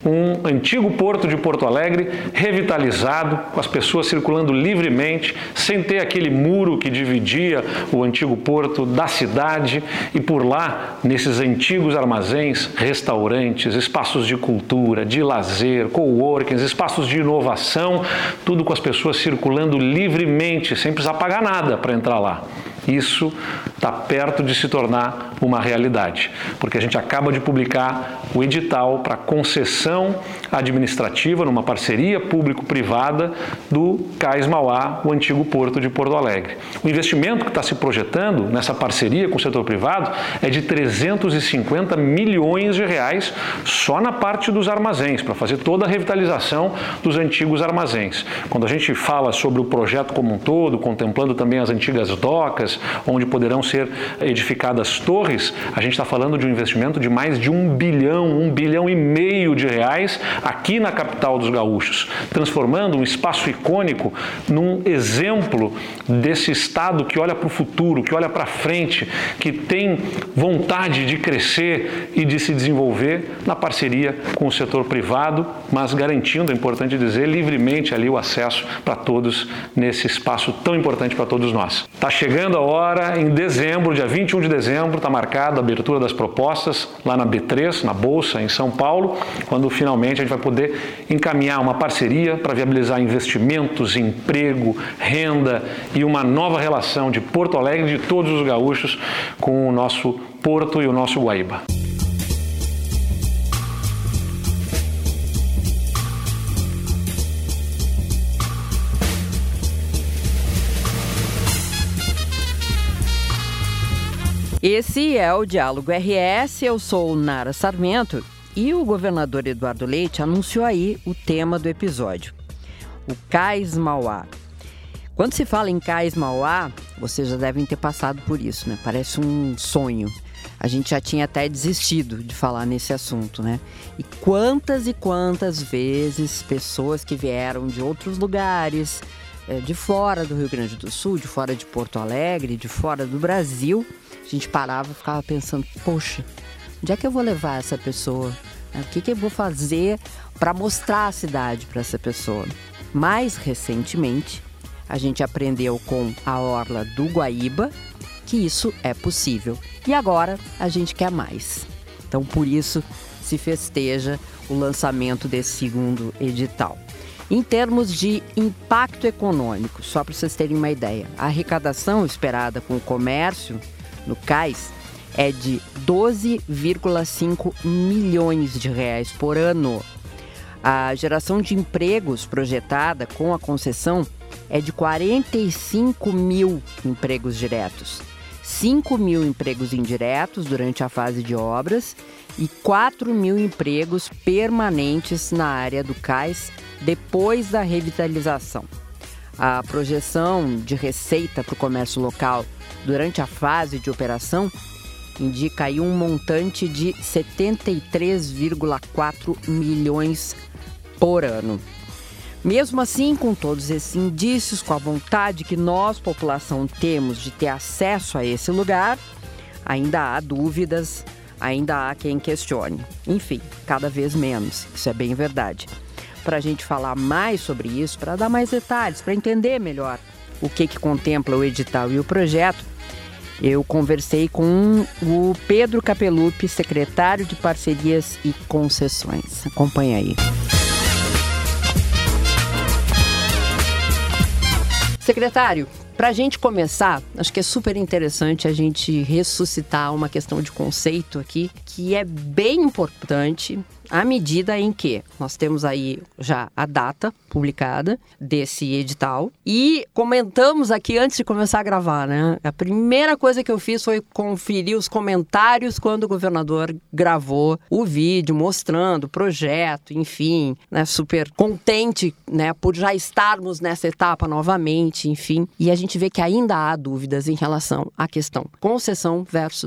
Um antigo porto de Porto Alegre revitalizado, com as pessoas circulando livremente, sem ter aquele muro que dividia o antigo porto da cidade, e por lá, nesses antigos armazéns, restaurantes, espaços de cultura, de lazer, coworkings, espaços de inovação, tudo com as pessoas circulando livremente, sem precisar pagar nada para entrar lá. Isso está perto de se tornar uma realidade, porque a gente acaba de publicar o edital para concessão administrativa, numa parceria público-privada, do Cais Mauá, o antigo porto de Porto Alegre. O investimento que está se projetando nessa parceria com o setor privado é de 350 milhões de reais só na parte dos armazéns, para fazer toda a revitalização dos antigos armazéns. Quando a gente fala sobre o projeto como um todo, contemplando também as antigas docas, onde poderão ser edificadas torres, a gente está falando de um investimento de mais de 1 bilhão e meio de reais aqui na capital dos gaúchos, transformando um espaço icônico num exemplo desse estado que olha para o futuro, que olha para frente, que tem vontade de crescer e de se desenvolver na parceria com o setor privado, mas garantindo, é importante dizer, livremente ali o acesso para todos nesse espaço tão importante para todos nós. Está chegando a hora, em dezembro, dia 21 de dezembro, está marcada a abertura das propostas lá na B3, na Bolsa, em São Paulo, quando finalmente a gente vai poder encaminhar uma parceria para viabilizar investimentos, emprego, renda e uma nova relação de Porto Alegre, de todos os gaúchos, com o nosso Porto e o nosso Guaíba. Esse é o Diálogo RS, eu sou Nara Sarmento e o governador Eduardo Leite anunciou aí o tema do episódio, o Cais Mauá. Quando se fala em Cais Mauá, vocês já devem ter passado por isso, né? Parece um sonho. A gente já tinha até desistido de falar nesse assunto, né? E quantas vezes pessoas que vieram de outros lugares, de fora do Rio Grande do Sul, de fora de Porto Alegre, de fora do Brasil, a gente parava e ficava pensando, poxa, onde é que eu vou levar essa pessoa? O que eu vou fazer para mostrar a cidade para essa pessoa? Mais recentemente, a gente aprendeu com a Orla do Guaíba que isso é possível. E agora a gente quer mais. Então, por isso, se festeja o lançamento desse segundo edital. Em termos de impacto econômico, só para vocês terem uma ideia, a arrecadação esperada com o comércio no cais é de 12,5 milhões de reais por ano. A geração de empregos projetada com a concessão é de 45 mil empregos diretos, 5 mil empregos indiretos durante a fase de obras e 4 mil empregos permanentes na área do cais depois da revitalização. A projeção de receita para o comércio local durante a fase de operação indica aí um montante de 73,4 milhões por ano. Mesmo assim, com todos esses indícios, com a vontade que nós, população, temos de ter acesso a esse lugar, ainda há dúvidas, ainda há quem questione. Enfim, cada vez menos, isso é bem verdade. Para a gente falar mais sobre isso, para dar mais detalhes, para entender melhor o que contempla o edital e o projeto, eu conversei com o Pedro Capelupi, secretário de Parcerias e Concessões. Acompanha aí. Secretário, para a gente começar, acho que é super interessante a gente ressuscitar uma questão de conceito aqui, que é bem importante, à medida em que nós temos aí já a data publicada desse edital e comentamos aqui antes de começar a gravar, né? A primeira coisa que eu fiz foi conferir os comentários quando o governador gravou o vídeo mostrando o projeto, enfim, né? Super contente, né? Por já estarmos nessa etapa novamente, enfim. E a gente vê que ainda há dúvidas em relação à questão concessão versus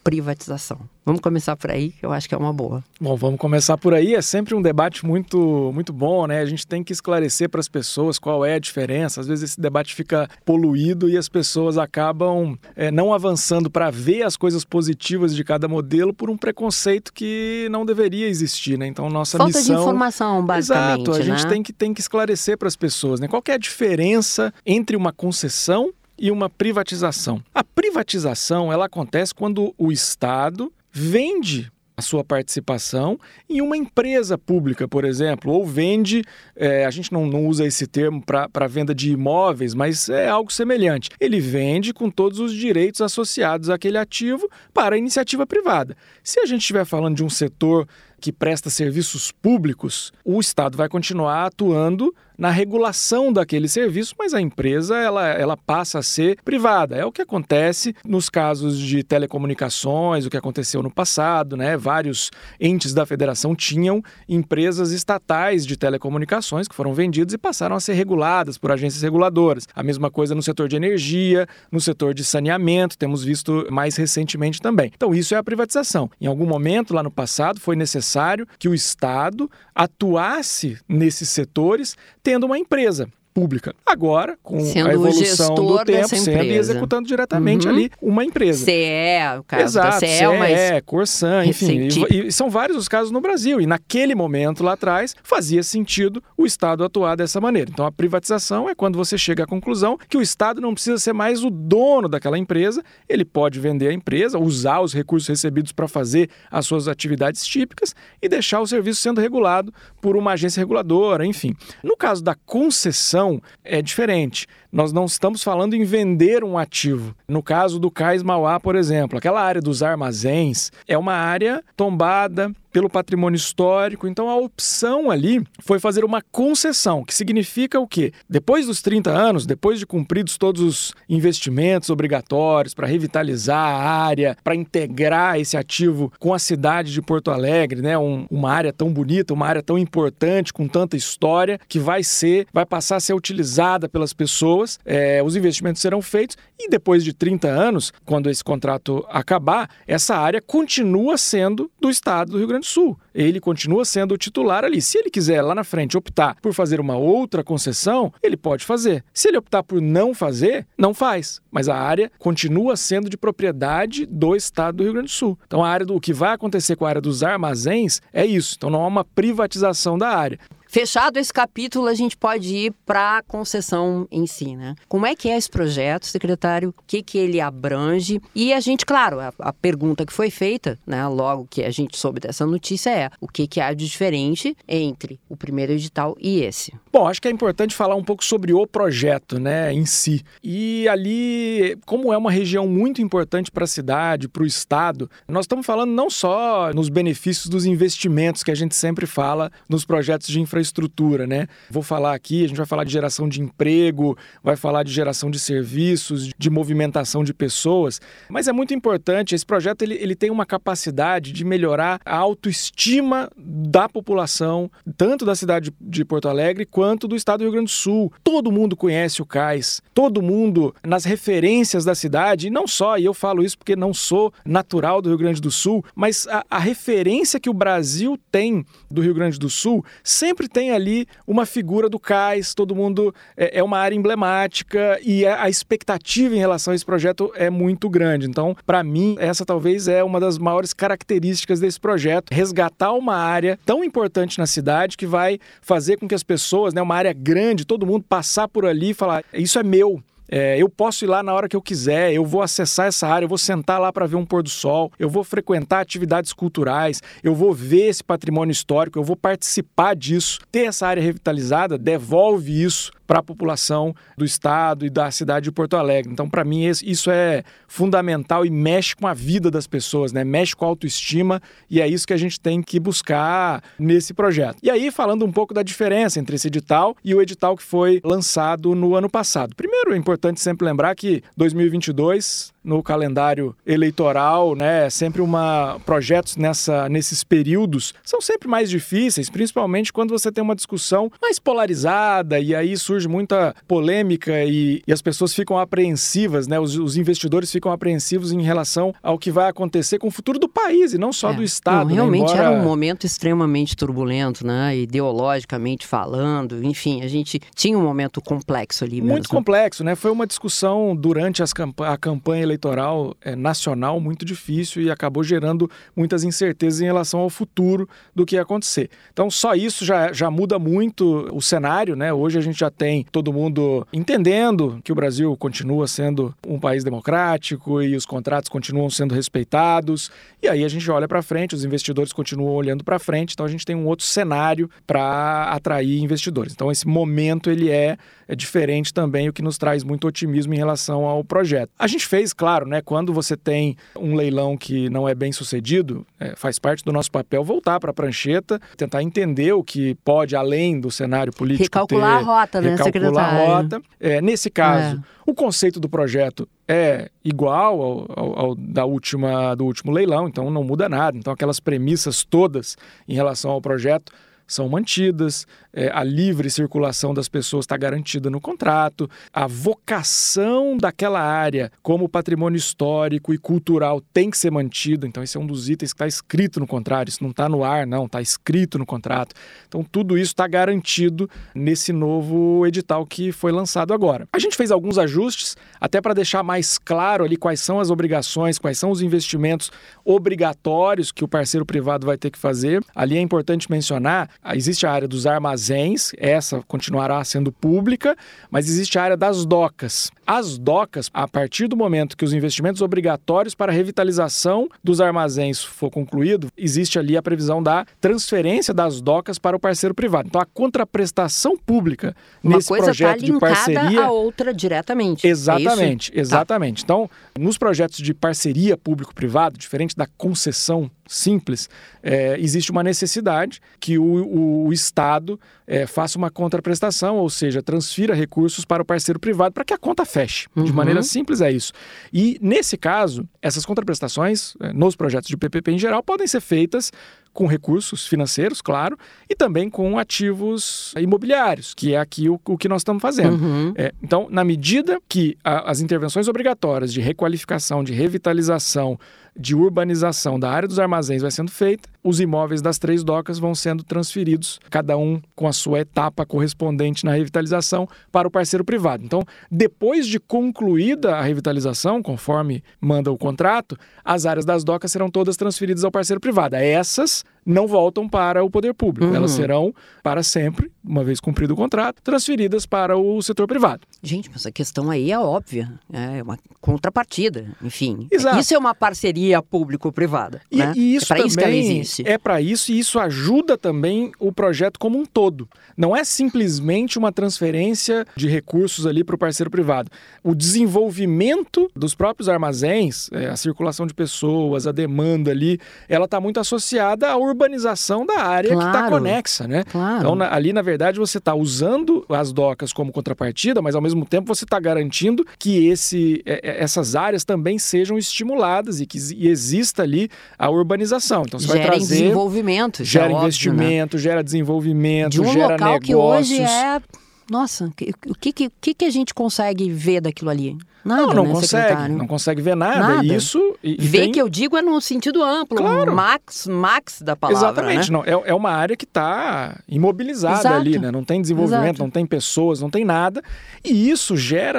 privatização? Vamos começar por aí, que eu acho que é uma boa. Bom, vamos começar por aí. É sempre um debate muito, muito bom, né? A gente tem que esclarecer para as pessoas qual é a diferença. Às vezes esse debate fica poluído e as pessoas acabam não avançando para ver as coisas positivas de cada modelo por um preconceito que não deveria existir, né? Então, nossa Falta missão... de informação, basicamente. Exato, a gente tem que esclarecer para as pessoas, né? Qual que é a diferença entre uma concessão e uma privatização? A privatização, ela acontece quando o Estado vende a sua participação em uma empresa pública, por exemplo, ou vende, a gente não usa esse termo para venda de imóveis, mas é algo semelhante. Ele vende com todos os direitos associados àquele ativo para a iniciativa privada. Se a gente estiver falando de um setor que presta serviços públicos, o Estado vai continuar atuando na regulação daquele serviço, mas a empresa ela passa a ser privada. É o que acontece nos casos de telecomunicações, o que aconteceu no passado, né? Vários entes da federação tinham empresas estatais de telecomunicações que foram vendidas e passaram a ser reguladas por agências reguladoras. A mesma coisa no setor de energia, no setor de saneamento, temos visto mais recentemente também. Então isso é a privatização. Em algum momento lá no passado foi necessário que o Estado atuasse nesses setores tendo uma empresa pública. Agora, com a evolução do tempo, sendo e executando diretamente ali uma empresa. CE, o caso Exato, da CE, mas... Corsan, enfim. E são vários os casos no Brasil. E naquele momento lá atrás, fazia sentido o Estado atuar dessa maneira. Então, a privatização é quando você chega à conclusão que o Estado não precisa ser mais o dono daquela empresa, ele pode vender a empresa, usar os recursos recebidos para fazer as suas atividades típicas e deixar o serviço sendo regulado por uma agência reguladora, enfim. No caso da concessão, é diferente. Nós não estamos falando em vender um ativo. No caso do Cais Mauá, por exemplo, aquela área dos armazéns é uma área tombada pelo patrimônio histórico. Então, a opção ali foi fazer uma concessão, que significa o quê? Depois dos 30 anos, depois de cumpridos todos os investimentos obrigatórios para revitalizar a área, para integrar esse ativo com a cidade de Porto Alegre, né? Uma área tão bonita, uma área tão importante, com tanta história, que vai passar a ser utilizada pelas pessoas, os investimentos serão feitos e depois de 30 anos, quando esse contrato acabar, essa área continua sendo do Estado do Rio Grande do Sul. Ele continua sendo o titular ali. Se ele quiser lá na frente optar por fazer uma outra concessão, ele pode fazer. Se ele optar por não fazer, não faz. Mas a área continua sendo de propriedade do Estado do Rio Grande do Sul. Então o que vai acontecer com a área dos armazéns é isso. Então não há uma privatização da área. Fechado esse capítulo, a gente pode ir para a concessão em si, né? Como é que é esse projeto, secretário? O que ele abrange? E a gente, claro, a pergunta que foi feita, né, logo que a gente soube dessa notícia é o que há de diferente entre o primeiro edital e esse? Bom, acho que é importante falar um pouco sobre o projeto, né, em si. E ali, como é uma região muito importante para a cidade, para o Estado, nós estamos falando não só nos benefícios dos investimentos que a gente sempre fala nos projetos de infraestrutura, né? Vou falar aqui, a gente vai falar de geração de emprego, vai falar de geração de serviços, de movimentação de pessoas, mas é muito importante, esse projeto ele tem uma capacidade de melhorar a autoestima da população, tanto da cidade de Porto Alegre quanto do Estado do Rio Grande do Sul. Todo mundo conhece o Cais, todo mundo nas referências da cidade, e não só, e eu falo isso porque não sou natural do Rio Grande do Sul, mas a referência que o Brasil tem do Rio Grande do Sul sempre tem ali uma figura do Cais, todo mundo é uma área emblemática e a expectativa em relação a esse projeto é muito grande. Então, para mim, essa talvez é uma das maiores características desse projeto, resgatar uma área tão importante na cidade que vai fazer com que as pessoas, né, uma área grande, todo mundo passar por ali e falar, isso é meu. Eu posso ir lá na hora que eu quiser, eu vou acessar essa área, eu vou sentar lá para ver um pôr do sol, eu vou frequentar atividades culturais, eu vou ver esse patrimônio histórico, eu vou participar disso. Ter essa área revitalizada devolve isso para a população do estado e da cidade de Porto Alegre. Então, para mim, isso é fundamental e mexe com a vida das pessoas, né? Mexe com a autoestima e é isso que a gente tem que buscar nesse projeto. E aí, falando um pouco da diferença entre esse edital e o edital que foi lançado no ano passado. Primeiro, é importante sempre lembrar que 2022 no calendário eleitoral, né? Sempre projetos nesses períodos são sempre mais difíceis, principalmente quando você tem uma discussão mais polarizada e aí surge muita polêmica e as pessoas ficam apreensivas, né? Os investidores ficam apreensivos em relação ao que vai acontecer com o futuro do país e não só do Estado. Não, realmente era um momento extremamente turbulento, né? Ideologicamente falando, enfim, a gente tinha um momento complexo ali mesmo. Muito complexo, né? Foi uma discussão durante a campanha eleitoral nacional muito difícil e acabou gerando muitas incertezas em relação ao futuro do que ia acontecer. Então, só isso já muda muito o cenário, né? Hoje a gente já tem todo mundo entendendo que o Brasil continua sendo um país democrático e os contratos continuam sendo respeitados. E aí a gente olha para frente, os investidores continuam olhando para frente, então a gente tem um outro cenário para atrair investidores. Então, esse momento ele é diferente também, o que nos traz muito otimismo em relação ao projeto. A gente fez, claro, né, quando você tem um leilão que não é bem sucedido, faz parte do nosso papel voltar para a prancheta, tentar entender o que pode, além do cenário político, recalcular a rota, né, secretário? Recalcular a rota. Nesse caso, o conceito do projeto é igual ao do último leilão, então não muda nada. Então, aquelas premissas todas em relação ao projeto são mantidas, a livre circulação das pessoas está garantida no contrato, a vocação daquela área como patrimônio histórico e cultural tem que ser mantida, então esse é um dos itens que está escrito no contrato, isso não está no ar não, está escrito no contrato. Então tudo isso está garantido nesse novo edital que foi lançado agora. A gente fez alguns ajustes, até para deixar mais claro ali quais são as obrigações, quais são os investimentos obrigatórios que o parceiro privado vai ter que fazer. Ali é importante mencionar, existe a área dos armazéns, essa continuará sendo pública, mas existe a área das docas. As docas, a partir do momento que os investimentos obrigatórios para a revitalização dos armazéns for concluído, existe ali a previsão da transferência das docas para o parceiro privado. Então, a contraprestação pública nesse projeto de parceria... Uma coisa está linkada à outra diretamente. Exatamente, exatamente. Então, nos projetos de parceria público-privado, diferente da concessão simples, existe uma necessidade que o Estado faça uma contraprestação, ou seja, transfira recursos para o parceiro privado para que a conta feche. De maneira simples é isso. E, nesse caso, essas contraprestações, nos projetos de PPP em geral, podem ser feitas com recursos financeiros, claro, e também com ativos imobiliários, que é aqui o que nós estamos fazendo. Então, na medida que as intervenções obrigatórias de requalificação, de revitalização, de urbanização da área dos armazéns vai sendo feita, os imóveis das 3 docas vão sendo transferidos, cada um com a sua etapa correspondente na revitalização, para o parceiro privado. Então, depois de concluída a revitalização, conforme manda o contrato, as áreas das docas serão todas transferidas ao parceiro privado. Essas não voltam para o poder público. Elas serão, para sempre, uma vez cumprido o contrato, transferidas para o setor privado. Gente, mas a questão aí é óbvia. É uma contrapartida, enfim. Exato. Isso é uma parceria público-privada. Né? E isso é para isso que ela existe. É para isso, e isso ajuda também o projeto como um todo. Não é simplesmente uma transferência de recursos ali para o parceiro privado. O desenvolvimento dos próprios armazéns, a circulação de pessoas, a demanda ali, ela está muito associada à urbanização da área que está conexa, né? Claro. Então, ali, na verdade, você está usando as docas como contrapartida, mas, ao mesmo tempo, você está garantindo que essas áreas também sejam estimuladas e que exista ali a urbanização. Então, você vai trazer... desenvolvimento. Gera óbvio, investimento, né? Gera desenvolvimento, de um gera local negócios. Que hoje é... Nossa, o que a gente consegue ver daquilo ali? Nada, não né, consegue, secretário? não consegue ver nada. Isso ver que eu digo é no sentido amplo, claro. max da palavra. Exatamente, né? não, é uma área que está imobilizada ali, né? Não tem desenvolvimento, não tem pessoas, não tem nada. E isso gera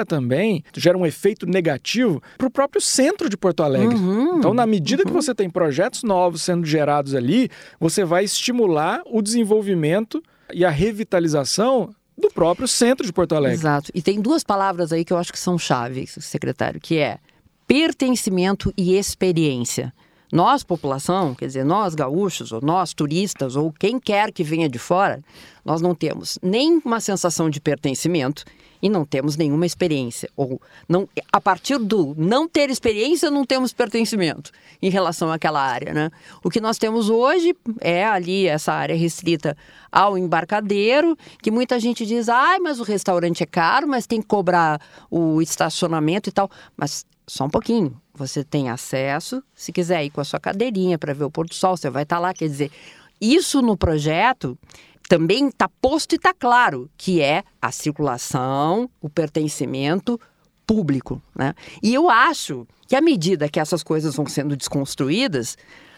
um efeito negativo para o próprio centro de Porto Alegre. Então, na medida que você tem projetos novos sendo gerados ali, você vai estimular o desenvolvimento e a revitalização do próprio centro de Porto Alegre. Exato. E tem 2 palavras aí que eu acho que são chaves, secretário, que é pertencimento e experiência. Nós, população, quer dizer, nós gaúchos, ou nós turistas, ou quem quer que venha de fora, nós não temos nem uma sensação de pertencimento e não temos nenhuma experiência. Ou não, a partir do não ter experiência, não temos pertencimento em relação àquela área, né? O que nós temos hoje é ali essa área restrita ao embarcadeiro, que muita gente diz, mas o restaurante é caro, mas tem que cobrar o estacionamento e tal. Mas só um pouquinho. Você tem acesso, se quiser ir com a sua cadeirinha para ver o pôr do sol, você vai estar lá. Quer dizer, isso no projeto também está posto e está claro, que é a circulação, o pertencimento público, né? E eu acho que à medida que essas coisas vão sendo desconstruídas,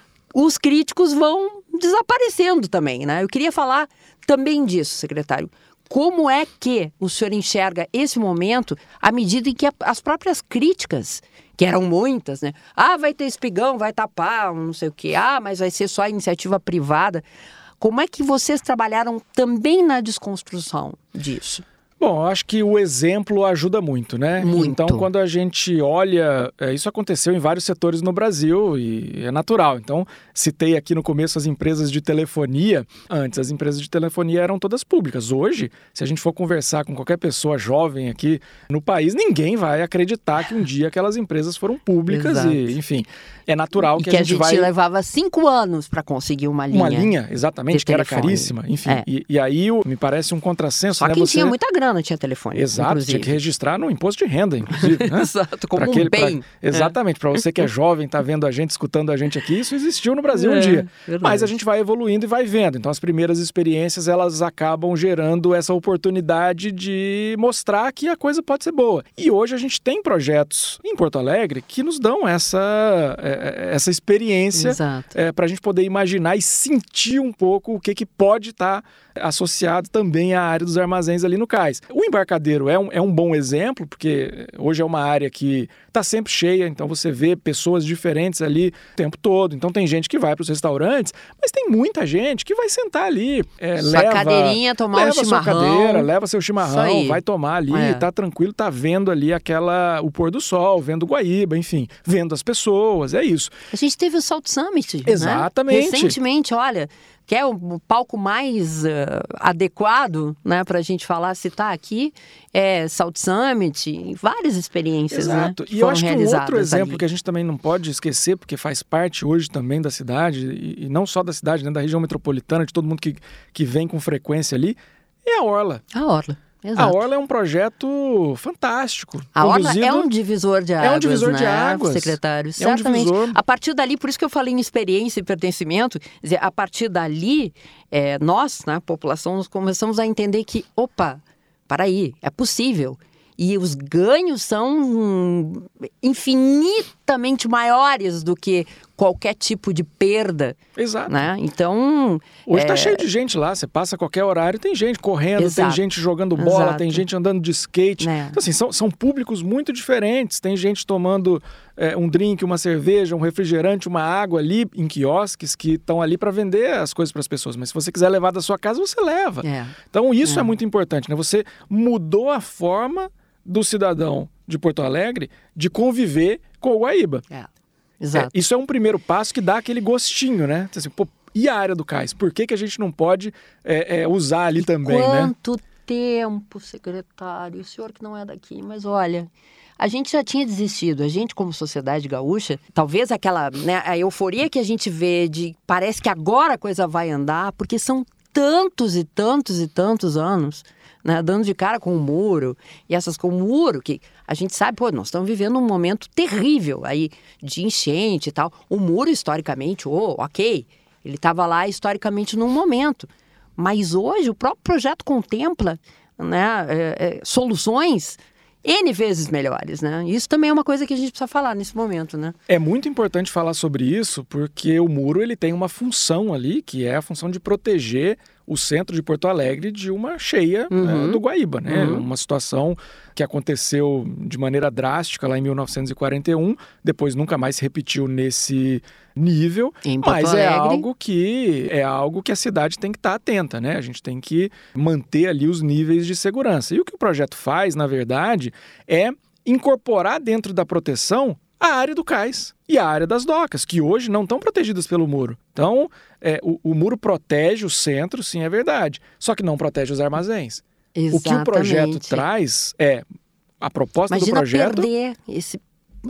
os críticos vão desaparecendo também, né? Eu queria falar também disso, secretário. Como é que o senhor enxerga esse momento à medida em que as próprias críticas, que eram muitas, né? Vai ter espigão, vai tapar, não sei o quê. Mas vai ser só iniciativa privada. Como é que vocês trabalharam também na desconstrução disso? Bom, eu acho que o exemplo ajuda muito, né? Muito. Então, quando a gente olha... isso aconteceu em vários setores no Brasil e é natural. Então, citei aqui no começo as empresas de telefonia. Antes, as empresas de telefonia eram todas públicas. Hoje, se a gente for conversar com qualquer pessoa jovem aqui no país, ninguém vai acreditar que um dia aquelas empresas foram públicas. Exato. E, enfim, é natural que a gente levava 5 anos para conseguir uma linha. Uma linha, exatamente, que era caríssima. Enfim, e aí me parece um contrassenso. Só quem tinha muita grana tinha telefone. Exato, inclusive. Tinha que registrar no imposto de renda, inclusive. Né? Exato, como bem. Exatamente, para você que é jovem, está vendo a gente, escutando a gente aqui, isso existiu no Brasil um dia. Verdade. Mas a gente vai evoluindo e vai vendo. Então as primeiras experiências, elas acabam gerando essa oportunidade de mostrar que a coisa pode ser boa. E hoje a gente tem projetos em Porto Alegre que nos dão essa experiência para a gente poder imaginar e sentir um pouco o que pode estar associado também à área dos armazéns ali no cais. O embarcadeiro é um bom exemplo, porque hoje é uma área que está sempre cheia, então você vê pessoas diferentes ali o tempo todo. Então tem gente que vai para os restaurantes, mas tem muita gente que vai sentar ali, sua cadeirinha, tomar um chimarrão. Sua cadeira, leva seu chimarrão, vai tomar ali, tá tranquilo, tá vendo ali o pôr do sol, vendo o Guaíba, enfim, vendo as pessoas, é isso. A gente teve o Salt Summit, exatamente. Né? Recentemente, olha, que é o palco mais adequado, né, para a gente falar, citar aqui, Salt Summit, várias experiências. Exato. Né, e eu acho que um outro exemplo ali. que a gente também não pode esquecer, porque faz parte hoje também da cidade, e não só da cidade, né, da região metropolitana, de todo mundo que vem com frequência ali, é a Orla. A Orla. Exato. A Orla é um projeto fantástico. A Orla é um divisor de águas, é um divisor de águas, secretário. Certamente. Um divisor. A partir dali, por isso que eu falei em experiência e pertencimento, quer dizer, a partir dali, nós, né, a população, nós começamos a entender que, para aí, é possível. E os ganhos são infinitamente maiores do que qualquer tipo de perda. Exato. Né? Então... Hoje está cheio de gente lá, você passa qualquer horário, tem gente correndo, Exato. Tem gente jogando bola, Exato. Tem gente andando de skate. Então, assim, são públicos muito diferentes. Tem gente tomando um drink, uma cerveja, um refrigerante, uma água ali em quiosques que estão ali para vender as coisas para as pessoas. Mas se você quiser levar da sua casa, você leva. Então, isso é muito importante, né? Você mudou a forma do cidadão de Porto Alegre de conviver com o Guaíba. Exato. Isso é um primeiro passo que dá aquele gostinho, né? Assim, e a área do cais? Por que a gente não pode usar ali também, quanto tempo, secretário? O senhor que não é daqui, mas olha... A gente já tinha desistido, a gente como sociedade gaúcha, talvez aquela, né, a euforia que a gente vê de parece que agora a coisa vai andar, porque são tantos e tantos e tantos anos, né, dando de cara com o muro, e essas com o muro, que a gente sabe, nós estamos vivendo um momento terrível aí de enchente e tal. O muro, historicamente, ok, ele estava lá historicamente num momento, mas hoje o próprio projeto contempla, né, soluções N vezes melhores, né? Isso também é uma coisa que a gente precisa falar nesse momento, né? É muito importante falar sobre isso, porque o muro ele tem uma função ali, que é a função de proteger o centro de Porto Alegre de uma cheia do Guaíba, né? Uma situação que aconteceu de maneira drástica lá em 1941, depois nunca mais se repetiu nesse nível, mas é algo que a cidade tem que estar atenta, né? A gente tem que manter ali os níveis de segurança. E o que o projeto faz, na verdade, é incorporar dentro da proteção a área do cais e a área das docas, que hoje não estão protegidas pelo muro. Então, o muro protege o centro, sim, é verdade, só que não protege os armazéns. Exatamente. O que o projeto traz a proposta do projeto... perder esse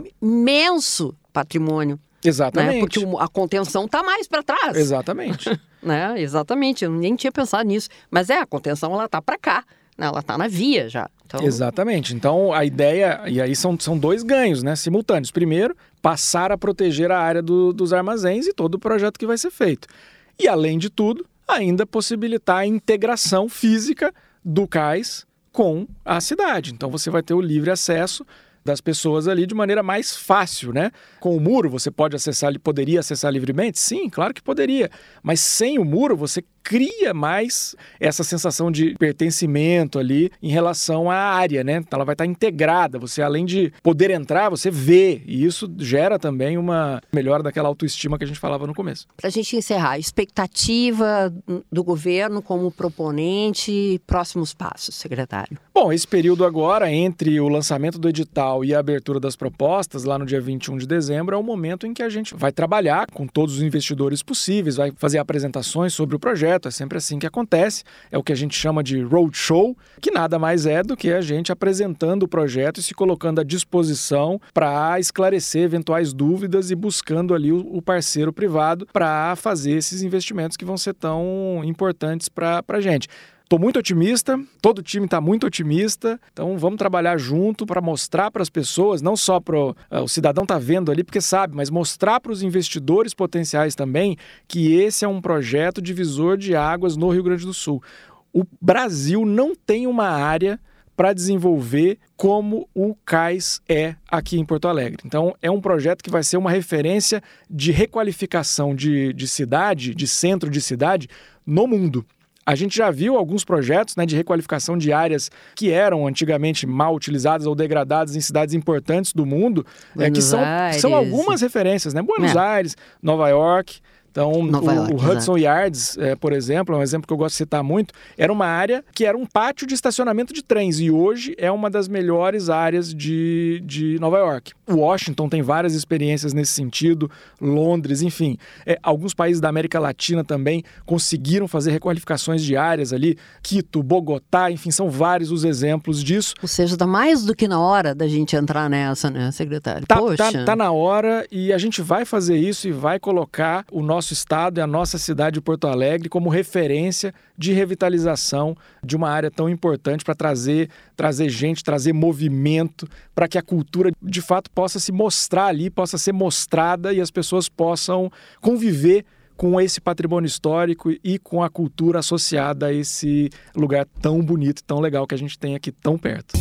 imenso patrimônio. Exatamente. Né? Porque a contenção está mais para trás. Exatamente. Né? Exatamente, eu nem tinha pensado nisso. Mas a contenção ela está para cá, né? Ela está na via já. Então... Exatamente. Então, a ideia... E aí são dois ganhos, né, simultâneos. Primeiro, passar a proteger a área dos armazéns e todo o projeto que vai ser feito. E, além de tudo, ainda possibilitar a integração física do cais com a cidade. Então, você vai ter o livre acesso das pessoas ali de maneira mais fácil, né? Com o muro, você poderia acessar livremente? Sim, claro que poderia. Mas sem o muro, você cria mais essa sensação de pertencimento ali em relação à área, né? Ela vai estar integrada. Você, além de poder entrar, você vê. E isso gera também uma melhora daquela autoestima que a gente falava no começo. Para a gente encerrar, expectativa do governo como proponente, próximos passos, secretário? Bom, esse período agora, entre o lançamento do edital e a abertura das propostas, lá no dia 21 de dezembro, é o momento em que a gente vai trabalhar com todos os investidores possíveis, vai fazer apresentações sobre o projeto. É sempre assim que acontece, é o que a gente chama de roadshow, que nada mais é do que a gente apresentando o projeto e se colocando à disposição para esclarecer eventuais dúvidas e buscando ali o parceiro privado para fazer esses investimentos que vão ser tão importantes para a gente. Estou muito otimista, todo o time está muito otimista, então vamos trabalhar junto para mostrar para as pessoas, não só para o cidadão tá vendo ali porque sabe, mas mostrar para os investidores potenciais também que esse é um projeto divisor de águas no Rio Grande do Sul. O Brasil não tem uma área para desenvolver como o cais é aqui em Porto Alegre. Então, é um projeto que vai ser uma referência de requalificação de cidade, de centro de cidade, no mundo. A gente já viu alguns projetos, né, de requalificação de áreas que eram antigamente mal utilizadas ou degradadas em cidades importantes do mundo, que são algumas referências, né? Buenos Aires, Nova York. Então, o Hudson Yards, por exemplo, é um exemplo que eu gosto de citar muito, era uma área que era um pátio de estacionamento de trens e hoje é uma das melhores áreas de Nova York. Washington tem várias experiências nesse sentido, Londres, enfim. Alguns países da América Latina também conseguiram fazer requalificações de áreas ali, Quito, Bogotá, enfim, são vários os exemplos disso. Ou seja, está mais do que na hora da gente entrar nessa, né, secretário? Tá na hora e a gente vai fazer isso e vai colocar o nosso estado e a nossa cidade de Porto Alegre como referência de revitalização de uma área tão importante para trazer gente, trazer movimento, para que a cultura de fato possa se mostrar ali, possa ser mostrada e as pessoas possam conviver com esse patrimônio histórico e com a cultura associada a esse lugar tão bonito, tão legal que a gente tem aqui tão perto.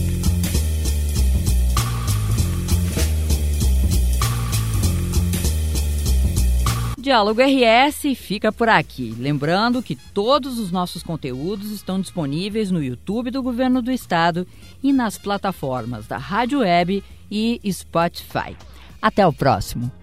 Diálogo RS fica por aqui. Lembrando que todos os nossos conteúdos estão disponíveis no YouTube do Governo do Estado e nas plataformas da Rádio Web e Spotify. Até o próximo.